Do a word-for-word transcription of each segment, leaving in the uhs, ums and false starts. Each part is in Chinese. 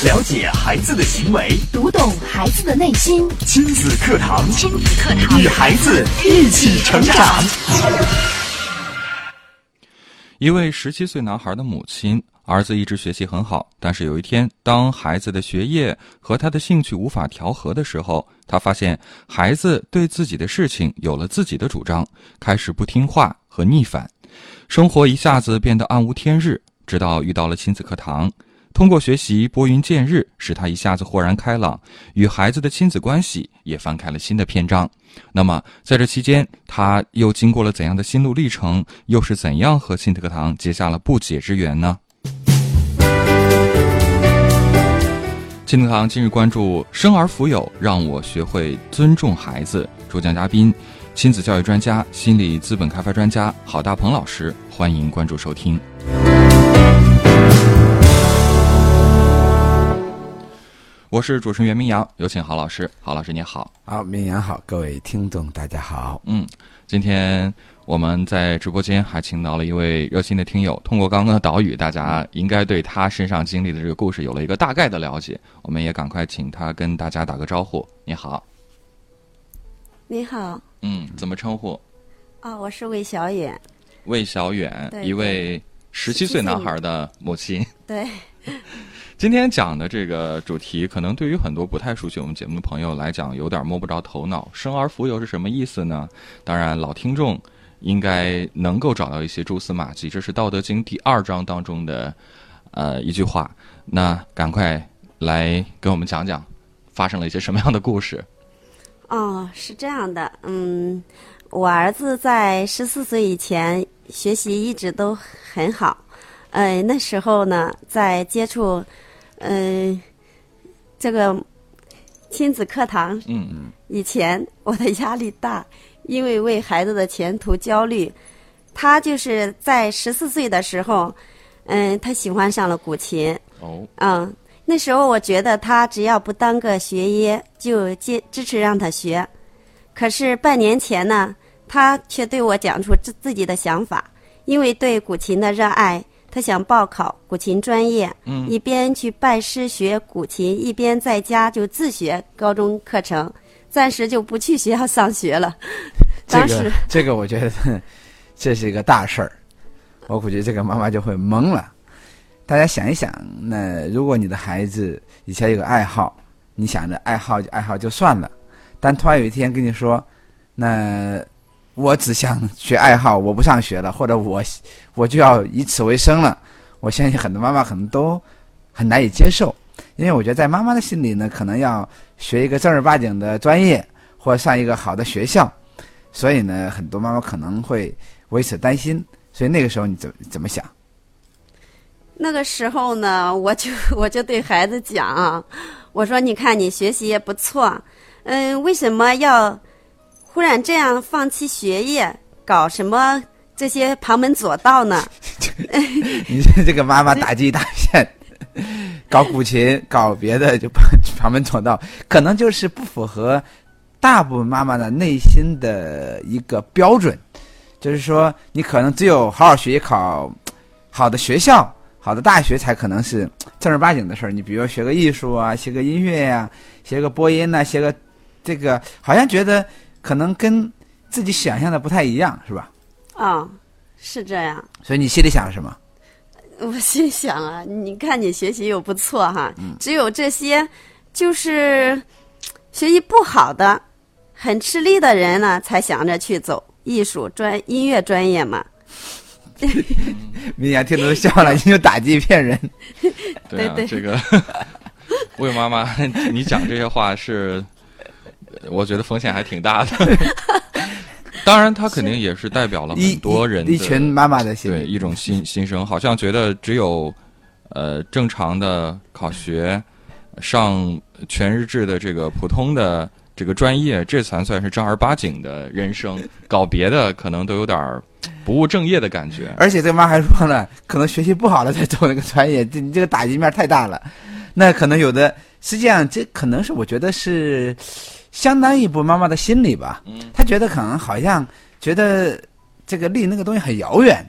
了解孩子的行为， 读懂孩子的内心。 亲子课堂， 亲子课堂， 与孩子一起成长。 一位十七岁男孩的母亲，儿子一直学习很好，但是有一天，当孩子的学业和他的兴趣无法调和的时候，他发现孩子对自己的事情有了自己的主张，开始不听话和逆反，生活一下子变得暗无天日。直到遇到了亲子课堂，通过学习拨云见日，使他一下子豁然开朗，与孩子的亲子关系也翻开了新的篇章。那么在这期间，他又经过了怎样的心路历程，又是怎样和亲子课堂结下了不解之缘呢？亲子课堂今日关注生而富有，让我学会尊重孩子。主讲嘉宾亲子教育专家、心理资本开发专家郝大鹏老师，欢迎关注收听。我是主持人袁明阳，有请郝老师。郝老师你好。 好，明阳好，各位听众大家好。 嗯，今天我们在直播间还请到了一位热心的听友，通过刚刚的导语，大家应该对他身上经历的这个故事有了一个大概的了解。我们也赶快请他跟大家打个招呼。你好。 你好。 嗯，怎么称呼？ 啊、哦，我是魏小远。 魏小远，一位十七岁男孩的母亲。 对。 今天讲的这个主题，可能对于很多不太熟悉我们节目的朋友来讲，有点摸不着头脑。生而富有是什么意思呢？当然，老听众应该能够找到一些蛛丝马迹。这是《道德经》第二章当中的呃一句话。那赶快来跟我们讲讲，发生了一些什么样的故事？ 哦，是这样的，嗯，我儿子在十四岁以前学习一直都很好。呃，那时候呢，在接触，嗯、呃，这个亲子课堂， 嗯嗯， 以前我的压力大，因为为孩子的前途焦虑。他就是在十四岁的时候，嗯，他喜欢上了古琴。 哦， 嗯，那时候我觉得他只要不耽搁学业，就接支持让他学。可是半年前呢，他却对我讲出自自己的想法，因为对古琴的热爱。他想报考古琴专业， 嗯， 一边去拜师学古琴，一边在家就自学高中课程，暂时就不去学校上学了。当时、 这个这个我觉得这是一个大事儿，我估计这个妈妈就会懵了。大家想一想，那如果你的孩子以前有个爱好，你想着爱好就爱好就算了，但突然有一天跟你说，那我只想学爱好，我不上学了，或者我我就要以此为生了，我相信很多妈妈可能都很难以接受。因为我觉得在妈妈的心里呢，可能要学一个正儿八经的专业，或上一个好的学校，所以呢很多妈妈可能会为此担心。所以那个时候你怎怎么想？ 那个时候呢，我就我就对孩子讲，我说你看你学习也不错，嗯，为什么要忽然这样放弃学业，搞什么这些旁门左道呢？ 你这个妈妈打击一大片，搞古琴搞别的就旁门左道，可能就是不符合大部分妈妈的内心的一个标准。就是说你可能只有好好学习，考好的学校好的大学才可能是正儿八经的事儿。你比如学个艺术啊，学个音乐呀、啊，学个播音啊，学个这个，好像觉得可能跟自己想象的不太一样，是吧？ 啊、哦，是这样。 所以你心里想什么？ 我心想啊，你看你学习又不错哈，嗯、只有这些就是学习不好的、很吃力的人呢，才想着去走艺术专、音乐专业嘛。 明阳听都笑了，你就打击骗人。 对啊， 对对这个魏妈妈，你讲这些话是。我觉得风险还挺大的，当然，他肯定也是代表了很多人的一群妈妈的心对一种心心声，好像觉得只有呃正常的考学，上全日制的这个普通的这个专业，这才算是正儿八经的人生，搞别的可能都有点不务正业的感觉。 而且这个妈还说了，可能学习不好了才走那个专业，这你这个打击面太大了。那可能有的，实际上这可能是我觉得是。相当一部分妈妈的心理吧，她觉得可能好像觉得这个离那个东西很遥远，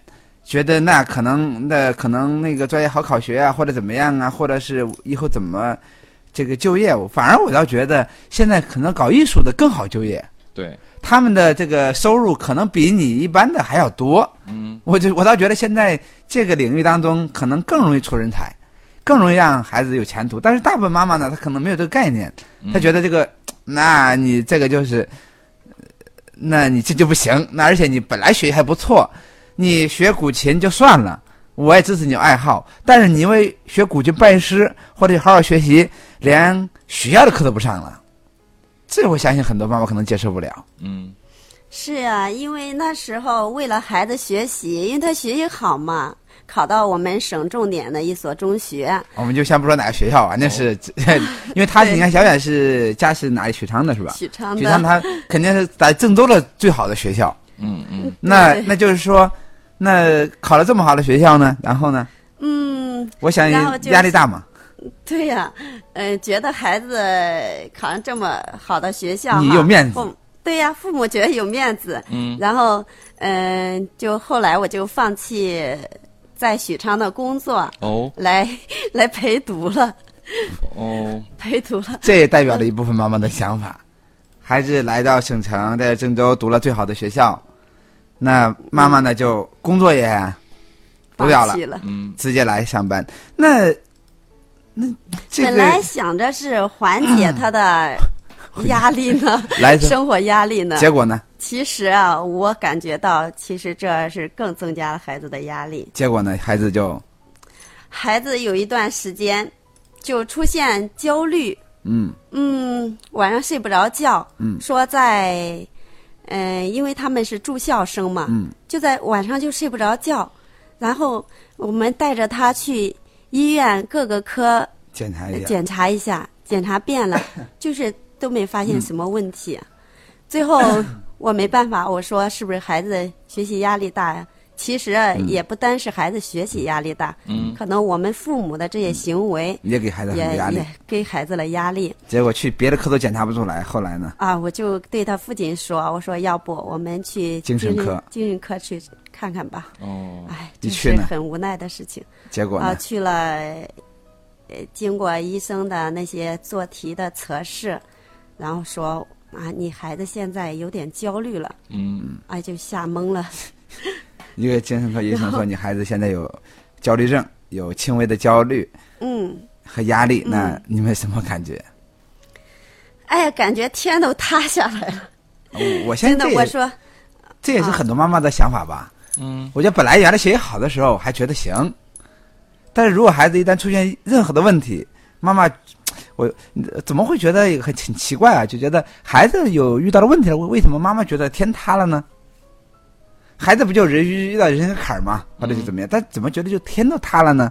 觉得那可能那可能那个专业好考学啊，或者怎么样啊，或者是以后怎么这个就业，反而我倒觉得现在可能搞艺术的更好就业。 对， 他们的这个收入可能比你一般的还要多。 嗯， 我就我倒觉得现在这个领域当中可能更容易出人才，更容易让孩子有前途。但是大部分妈妈呢，她可能没有这个概念，她觉得这个，那你这个就是，那你这就不行。那而且你本来学习还不错，你学古琴就算了，我也支持你有爱好。但是你因为学古琴拜师或者好好学习，连学校的课都不上了，这我相信很多妈妈可能接受不了。 嗯。 是啊，因为那时候为了孩子学习，因为他学习好嘛，考到我们省重点的一所中学。 我们就先不说哪个学校啊，那是、哦、因为他你看小远是家是哪里许昌的是吧？ 许昌的， 许昌他肯定是在郑州的最好的学校。 嗯嗯。 那那就是说，那考了这么好的学校呢，然后呢？ 嗯， 我想压力大嘛。 对呀、啊，嗯、呃，觉得孩子考上这么好的学校， 你有面子。 对呀、啊，父母觉得有面子， 嗯， 然后，嗯、呃，就后来我就放弃在许昌的工作， 哦， 来来陪读了， 哦， 陪读了。 这也代表了一部分妈妈的想法，孩子来到省城，在郑州读了最好的学校，那妈妈呢就工作也不要了， 了嗯， 直接来上班。那那这个本来想着是缓解他的。压力呢？ 来生活压力呢？ 结果呢？ 其实啊，我感觉到，其实这是更增加了孩子的压力。 结果呢？孩子就， 孩子有一段时间就出现焦虑， 嗯嗯，晚上睡不着觉， 嗯， 说在，嗯、呃，因为他们是住校生嘛， 嗯， 就在晚上就睡不着觉，然后我们带着他去医院各个科检查一下， 检查一下，检查遍了，就是都没发现什么问题。嗯、最后我没办法，我说是不是孩子学习压力大呀？其实也不单是孩子学习压力大， 嗯， 可能我们父母的这些行为也给孩子很多压力， 也给孩子了压力。 结果去别的科都检查不出来，后来呢？ 啊，我就对他父亲说：“我说要不我们去精神科， 精神科去看看吧。” 哦， 哎，这是很无奈的事情。 结果呢？ 啊，去了，呃，经过医生的那些做题的测试，然后说啊，你孩子现在有点焦虑了。 嗯， 哎，就吓懵了。 一个精神科医生说，你孩子现在有焦虑症，有轻微的焦虑， 嗯， 和压力。那你们什么感觉？ 哎呀，感觉天都塌下来了。 我我现在真的，我说， 这也是很多妈妈的想法吧。 嗯， 我觉得本来原来学习好的时候还觉得行，但是如果孩子一旦出现任何的问题，妈妈，我怎么会觉得很很奇怪啊？就觉得孩子有遇到了问题了，为什么妈妈觉得天塌了呢？孩子不就人遇到人生坎儿吗？或者就怎么样？但怎么觉得就天都塌了呢？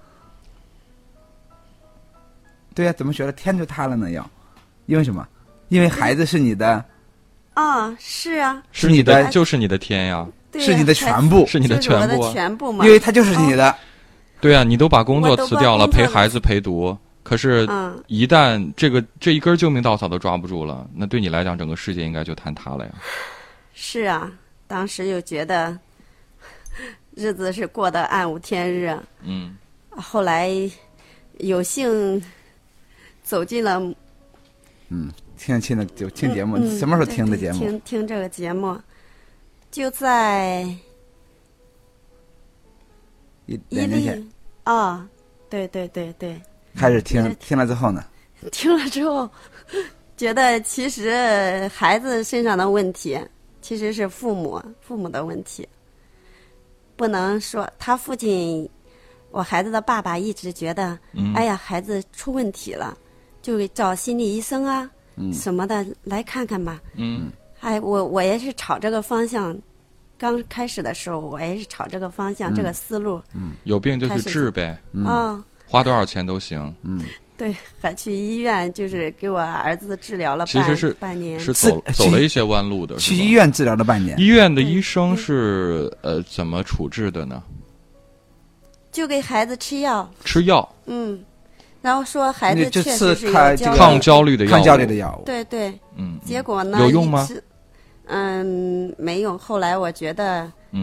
对呀、啊，怎么觉得天就塌了呢？要因为什么？因为孩子是你的。 啊，是啊， 是你的，就是你的天呀， 是你的全部， 是你的全部， 就是全部嘛。 因为他就是你的。 对啊，你都把工作辞掉了，陪孩子陪读。可是，一旦这个这一根救命稻草都抓不住了，那对你来讲，整个世界应该就坍塌了呀。 是啊。当时又觉得日子是过得暗无天日， 嗯， 后来有幸走进了， 嗯，听听的就听节目， 嗯、 什么时候听的节目？ 听听这个节目，就在一两年前。 哦，对对对对。 开始听，听了之后呢？ 听了之后，觉得其实孩子身上的问题。其实是父母父母的问题，不能说他父亲，我孩子的爸爸一直觉得， 嗯、 哎呀，孩子出问题了，就找心理医生啊， 嗯、 什么的来看看吧。 嗯， 哎，我我也是朝这个方向，刚开始的时候我也是朝这个方向、 嗯、 这个思路。 嗯，有病就去治呗， 啊、 嗯哦， 花多少钱都行。 嗯。 对，还去医院，就是给我儿子治疗了半其实是半年， 是走走了一些弯路的。 去医院治疗了半年。 医院的医生是呃怎么处置的呢？ 就给孩子吃药。 吃药。 嗯，然后说孩子确实是有焦抗焦虑的药物。 抗焦虑的药物。 对对。 嗯。 结果呢？ 有用吗？ 嗯，没用。后来我觉得， 嗯，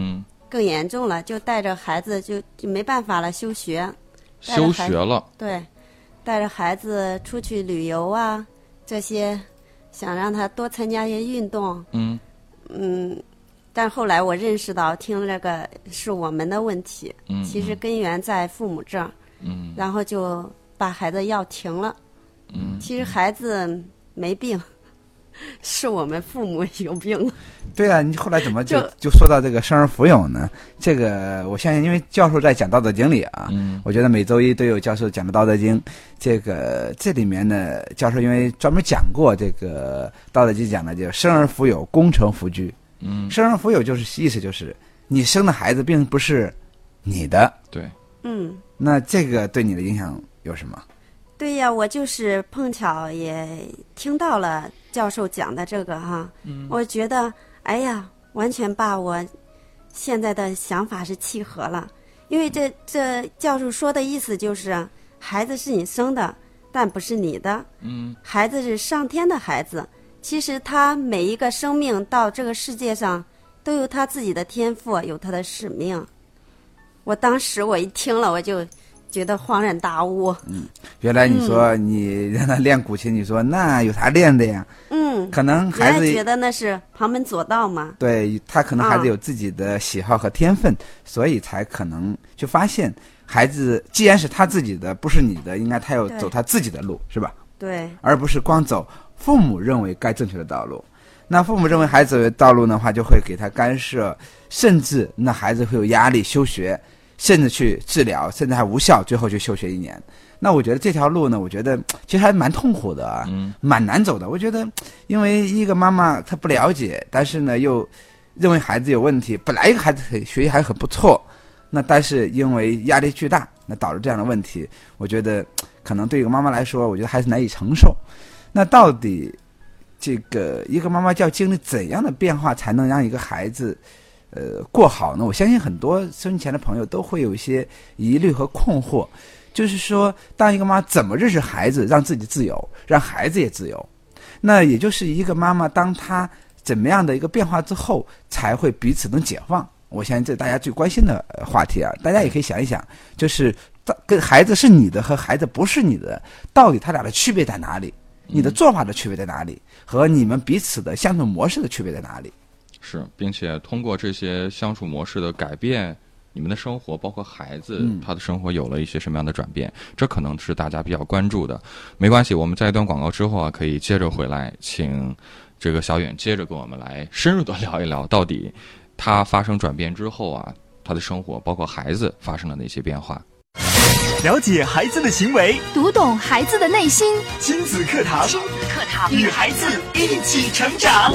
更严重了，就带着孩子就就没办法了，休学。 休学了。 对，带着孩子出去旅游啊，这些想让他多参加一些运动。 嗯嗯，但后来我认识到，听这个是我们的问题， 嗯， 其实根源在父母这儿。 嗯， 然后就把孩子药停了。 嗯， 其实孩子没病，是我们父母有病了。 对啊，你后来怎么就就就说到这个生而浮有呢？这个我相信，因为教授在讲《道德经》里啊， 嗯， 我觉得每周一都有教授讲的《道德经》。这个这里面呢，教授因为专门讲过这个《道德经》，讲的就生而浮有，功成弗居。 嗯， 生而浮有就是意思就是你生的孩子并不是你的。 对。 嗯， 那这个对你的影响有什么？ 对呀，我就是碰巧也听到了教授讲的这个哈，嗯，我觉得哎呀，完全把我现在的想法是契合了。因为这这教授说的意思就是，孩子是你生的，但不是你的。 嗯， 孩子是上天的孩子，其实他每一个生命到这个世界上都有他自己的天赋，有他的使命。我当时我一听了，我就觉得恍然大悟。 嗯，原来你说你让他练古琴，你说那有啥练的呀？ 嗯， 可能孩子原来觉得那是旁门左道嘛。 对，他可能孩子有自己的喜好和天分，所以才可能就发现孩子既然是他自己的，不是你的，应该他要走他自己的路，是吧？ 对， 而不是光走父母认为该正确的道路。那父母认为孩子的道路的话，就会给他干涉，甚至那孩子会有压力，休学。甚至去治疗，甚至还无效，最后就休学一年。那我觉得这条路呢，我觉得其实还蛮痛苦的啊， 嗯， 蛮难走的。我觉得，因为一个妈妈她不了解，但是呢又认为孩子有问题，本来一个孩子学习还很不错，那但是因为压力巨大，那导致这样的问题，我觉得可能对一个妈妈来说，我觉得还是难以承受。那到底这个一个妈妈要经历怎样的变化，才能让一个孩子呃，过好呢？我相信很多收音前的朋友都会有一些疑虑和困惑，就是说，当一个妈怎么认识孩子，让自己自由，让孩子也自由？那也就是一个妈妈，当她怎么样的一个变化之后，才会彼此能解放。我相信这是大家最关心的话题啊！大家也可以想一想，就是跟孩子是你的和孩子不是你的，到底他俩的区别在哪里？你的做法的区别在哪里？和你们彼此的相处模式的区别在哪里？ 是，并且通过这些相处模式的改变，你们的生活，包括孩子、嗯、他的生活有了一些什么样的转变，这可能是大家比较关注的。没关系，我们在一段广告之后啊，可以接着回来，请这个小远接着跟我们来深入的聊一聊，到底他发生转变之后啊，他的生活包括孩子发生了哪些变化。 了解孩子的行为， 读懂孩子的内心。 亲子课堂， 亲子课堂， 与孩子一起成长。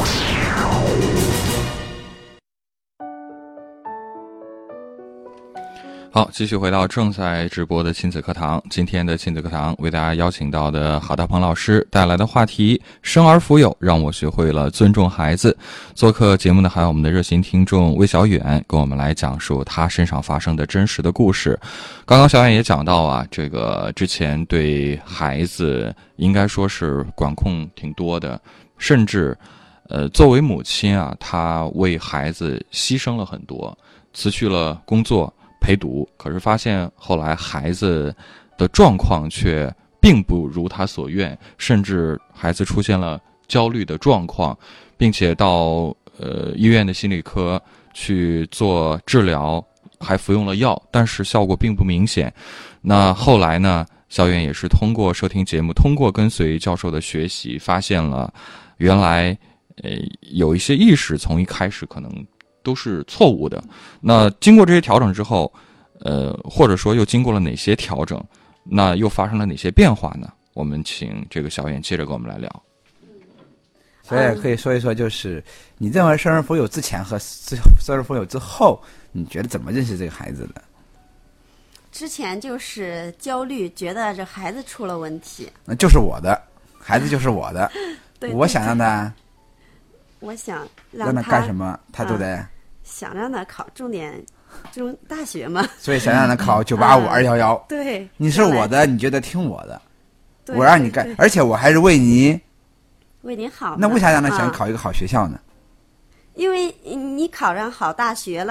好，继续回到正在直播的亲子课堂。今天的亲子课堂为大家邀请到的郝大鹏老师带来的话题：生而浮有，让我学会了尊重孩子。做客节目呢，还有我们的热心听众魏小远，跟我们来讲述他身上发生的真实的故事。刚刚小远也讲到啊，这个之前对孩子应该说是管控挺多的，甚至呃，作为母亲啊，她为孩子牺牲了很多，辞去了工作陪读，可是发现后来孩子的状况却并不如他所愿，甚至孩子出现了焦虑的状况，并且到呃医院的心理科去做治疗，还服用了药，但是效果并不明显。那后来呢，小远也是通过收听节目，通过跟随教授的学习，发现了原来呃有一些意识从一开始可能都是错误的。那经过这些调整之后，呃，或者说又经过了哪些调整？那又发生了哪些变化呢？我们请这个小远接着跟我们来聊。 所以可以说一说，就是你认为生而浮有之前和生而浮有之后，你觉得怎么认识这个孩子的？ 之前就是焦虑，觉得这孩子出了问题， 那就是我的孩子，就是我的。 对对对， 我想让他。 我想让他让他干什么，他都得、 啊、想让他考重点中大学嘛。 所以想让他考九八五、二幺幺。 对， 你是我的，你觉得听我的， 对我让你干，而且我还是为你为你好。 那为啥让他想考一个好学校呢？ 啊、因为你考上好大学了，那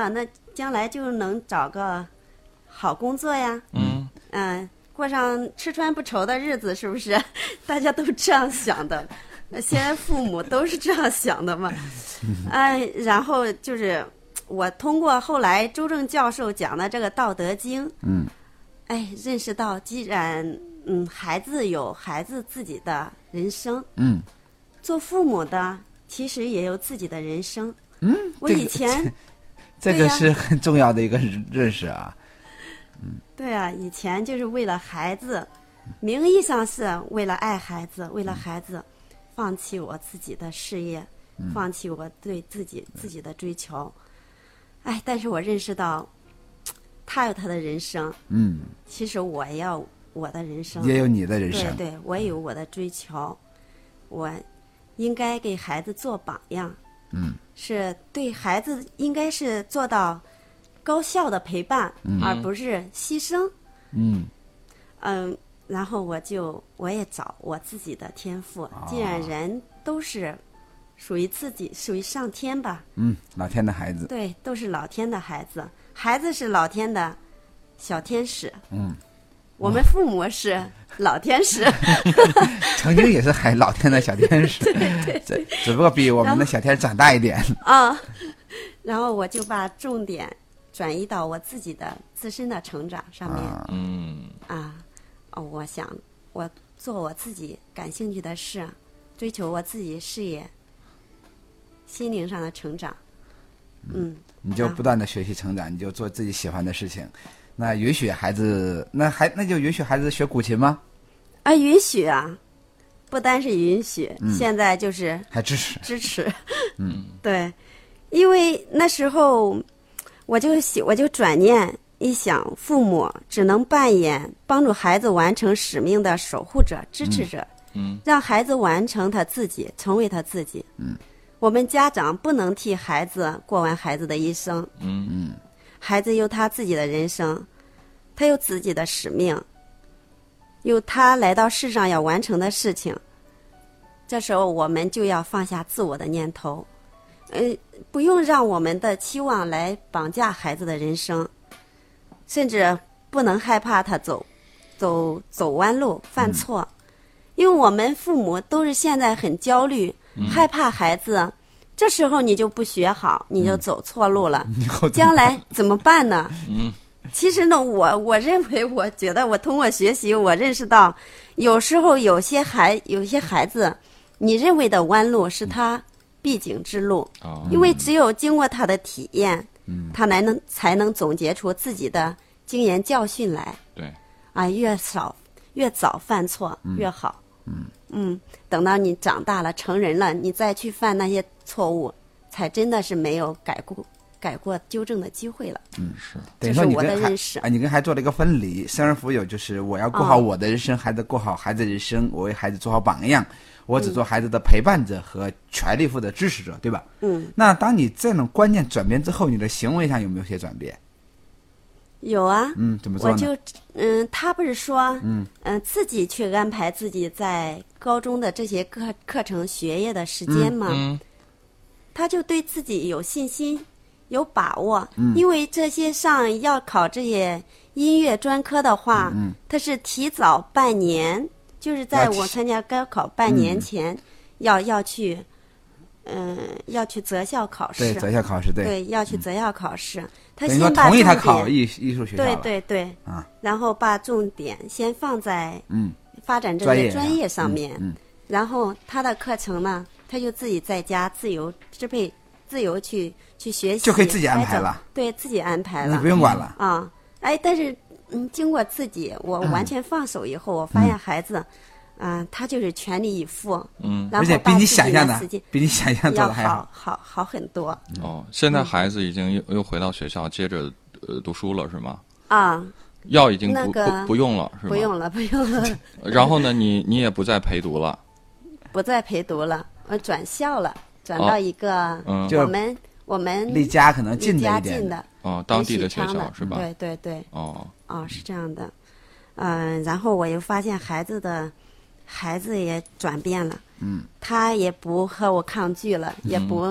将来就能找个好工作呀， 嗯嗯、过上吃穿不愁的日子，是不是？大家都这样想的，现在父母都是这样想的嘛。哎，然后就是我通过后来周正教授讲的这个《道德经》， 嗯， 哎，认识到既然嗯孩子有孩子自己的人生， 嗯做父母的其实也有自己的人生。 嗯， 我这个以前这对呀个是很重要的一个认识啊。 对啊，以前就是为了孩子，名义上是为了爱孩子，为了孩子，放弃我自己的事业，放弃我对自己自己的追求。哎，但是我认识到，他有他的人生， 嗯， 其实我也要我的人生， 也有你的人生。 对对，我也有我的追求，我应该给孩子做榜样。 嗯， 是对孩子应该是做到高效的陪伴， 嗯而不是牺牲。 嗯嗯，然后我就我也找我自己的天赋。 哦既然人都是属于自己，属于上天吧， 嗯，老天的孩子。 对，都是老天的孩子，孩子是老天的小天使。 嗯， 我们父母是老天使。 曾经也是海老天的小天使，只只不过比我们的小天使长大一点。 啊，然后我就把重点转移到我自己的自身的成长上面啊嗯啊。哦，我想我做我自己感兴趣的事，追求我自己事业、心灵上的成长。嗯， 你就不断的学习成长，你就做自己喜欢的事情。那允许孩子，那还那就允许孩子学古琴吗？ 啊，允许啊，不单是允许， 嗯现在就是还支持。 支持。 嗯， 对，因为那时候我就喜我就转念一想，父母只能扮演帮助孩子完成使命的守护者、支持者， 嗯让孩子完成他自己，成为他自己。 嗯， 我们家长不能替孩子过完孩子的一生， 嗯嗯孩子有他自己的人生，他有自己的使命，有他来到世上要完成的事情。这时候我们就要放下自我的念头，呃，不用让我们的期望来绑架孩子的人生，甚至不能害怕他走走走弯路、犯错，因为我们父母都是现在很焦虑，害怕孩子。这时候你就不学好，你就走错路了， 以后怎么将来怎么办呢？ 嗯其实呢，我我认为，我觉得我通过学习，我认识到，有时候有些孩有些孩子，你认为的弯路是他必经之路， 哦因为只有经过他的体验，他才能才能总结出自己的经验教训来。 对啊，越少越早犯错越好。 嗯嗯，等到你长大了、成人了，你再去犯那些错误，才真的是没有改过、改过纠正的机会了。 嗯是等于说你这是我的跟孩认识啊，你跟孩子做了一个分离，生而富有就是我要过好我的人生，孩子过好孩子的人生，我为孩子做好榜样，我只做孩子的陪伴者和全力负责支持者，对吧？ 嗯， 那当你这种观念转变之后，你的行为上有没有些转变？ 有啊。 嗯，怎么做呢？ 我就嗯，他不是说嗯自己去安排自己在高中的这些课课程学业的时间吗？ 嗯他就对自己有信心、有把握， 嗯因为这些上要考这些音乐专科的话， 嗯他是提早半年，就是在要提我参加高考半年前，要要去，嗯、要去择校考试对，择校考试，对， 对，要去择校考试。他等于说先把同意他重点， 考艺艺术学校对了。 对对， 啊， 然后把重点先放在嗯发展这专业些专业上面， 嗯然后他的课程呢，他就自己在家自由支配、自由去去学习， 就可以自己安排该怎么了， 对自己安排你了不用管了。 啊。哎，但是嗯，经过自己我完全放手以后，我发现孩子，嗯、他就是全力以赴， 嗯然后而且比你把自己想象的的时间， 比你想象做要的还好好好很多哦，现在孩子已经又又回到学校接着呃读书了是吗？ 啊。 药已经不、 那个不不用了是吗？ 不用了，不用了， 然后呢，你你也不再陪读了。 不再陪读了，我转校了，转到一个嗯就我们我们离家可能近离的一点家近的哦，当地的学离许昌校是吧？ 对对对， 哦， 哦，是这样的，嗯、然后我又发现孩子的孩子也转变了， 嗯， 他也不和我抗拒了，也不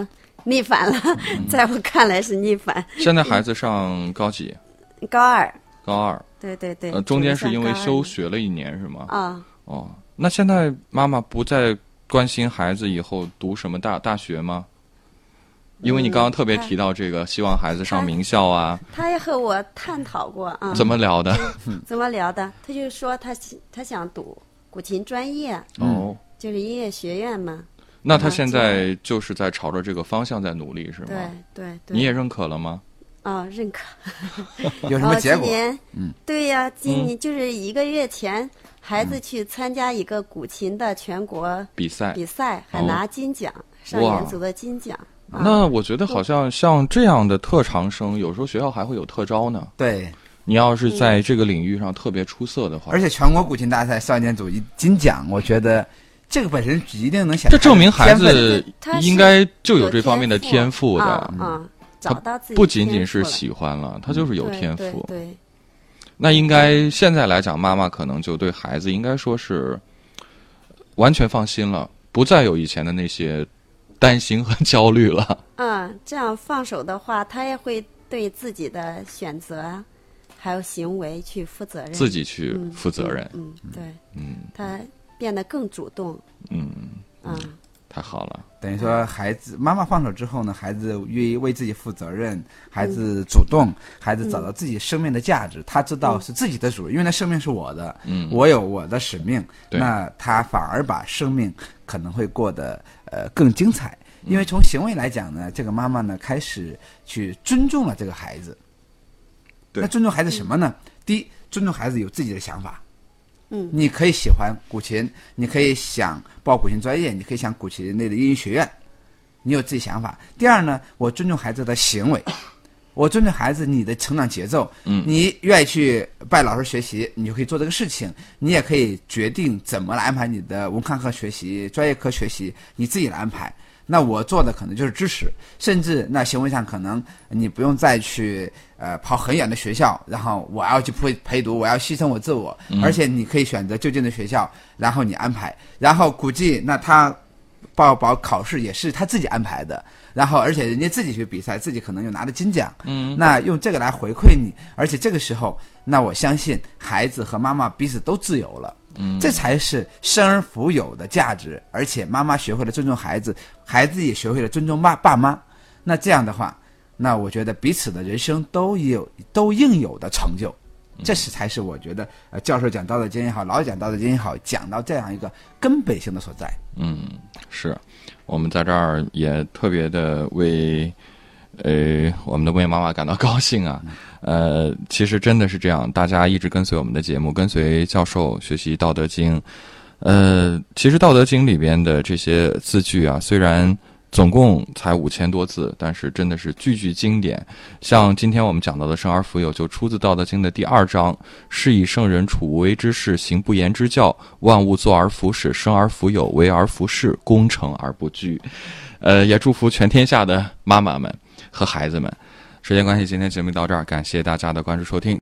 逆反了，在我看来是逆反。 现在孩子上高几？ 高二。 高二。 对对对。 呃，中间是因为休学了一年是吗？ 啊。 哦，那现在妈妈不再关心孩子以后读什么大大学吗？因为你刚刚特别提到这个，希望孩子上名校啊。 他也和我探讨过啊。 怎么聊的？ 怎么聊的？他就说他他想读古琴专业。 哦。 就是音乐学院嘛。 那他现在就是在朝着这个方向在努力，是吗？ 对对对。 你也认可了吗？ 啊、哦，认可。 有什么结果？ 今年， 嗯， 对呀，今年就是一个月前，孩子去参加一个古琴的全国比赛， 比赛还拿金奖， 哦、 上元组的金奖。 啊、那我觉得好像像这样的特长生，有时候学校还会有特招呢。 对， 你要是在这个领域上特别出色的话， 嗯、而且全国古琴大赛少年组一金奖，我觉得。这个本身一定能显， 这证明孩子应该就有这方面的天赋的啊、嗯，找到自己不仅仅是喜欢了，他就是有天赋。 对， 对， 对， 那应该现在来讲，妈妈可能就对孩子应该说是完全放心了，不再有以前的那些担心和焦虑了。 嗯，这样放手的话，他也会对自己的选择还有行为去负责任， 自己去负责任。 嗯，嗯对， 嗯， 他。变得更主动， 嗯嗯， 太好了。 等于说，孩子妈妈放手之后呢，孩子愿意为自己负责任，孩子主动，嗯、孩子找到自己生命的价值，嗯、他知道是自己的主人，因为那生命是我的， 嗯， 我有我的使命，那他反而把生命可能会过得呃更精彩。因为从行为来讲呢，这个妈妈呢开始去尊重了这个孩子。 对， 那尊重孩子什么呢？嗯、第一，尊重孩子有自己的想法。 嗯， 你可以喜欢古琴，你可以想报古琴专业，你可以想古琴类的音乐学院，你有自己想法。第二呢，我尊重孩子的行为，我尊重孩子你的成长节奏。 嗯， 你愿意去拜老师学习，你就可以做这个事情，你也可以决定怎么来安排你的文科课学习、专业课学习，你自己来安排。那我做的可能就是支持，甚至那行为上可能你不用再去呃跑很远的学校，然后我要去陪陪读，我要牺牲我自我， 嗯、 而且你可以选择就近的学校，然后你安排，然后估计那他报保考试也是他自己安排的，然后而且人家自己去比赛，自己可能又拿了金奖， 嗯， 那用这个来回馈你，而且这个时候，那我相信孩子和妈妈彼此都自由了。 嗯， 这才是生而富有的价值，而且妈妈学会了尊重孩子，孩子也学会了尊重爸爸妈。那这样的话，那我觉得彼此的人生都有都应有的成就，这是才是我觉得呃教授讲道德经也好，老讲道德经也好，讲到这样一个根本性的所在。 嗯，是我们在这儿也特别的为呃我们的魏妈妈感到高兴啊。呃，其实真的是这样，大家一直跟随我们的节目，跟随教授学习《道德经》。呃，其实《道德经》里边的这些字句啊，虽然总共才五千多字，但是真的是句句经典。像今天我们讲到的“生而富有”，就出自《道德经》的第二章：“是以圣人处无为之事，行不言之教，万物作而复始，生而富有，为而复恃，功成而不惧。”呃，也祝福全天下的妈妈们和孩子们。时间关系，今天节目到这儿，感谢大家的关注收听。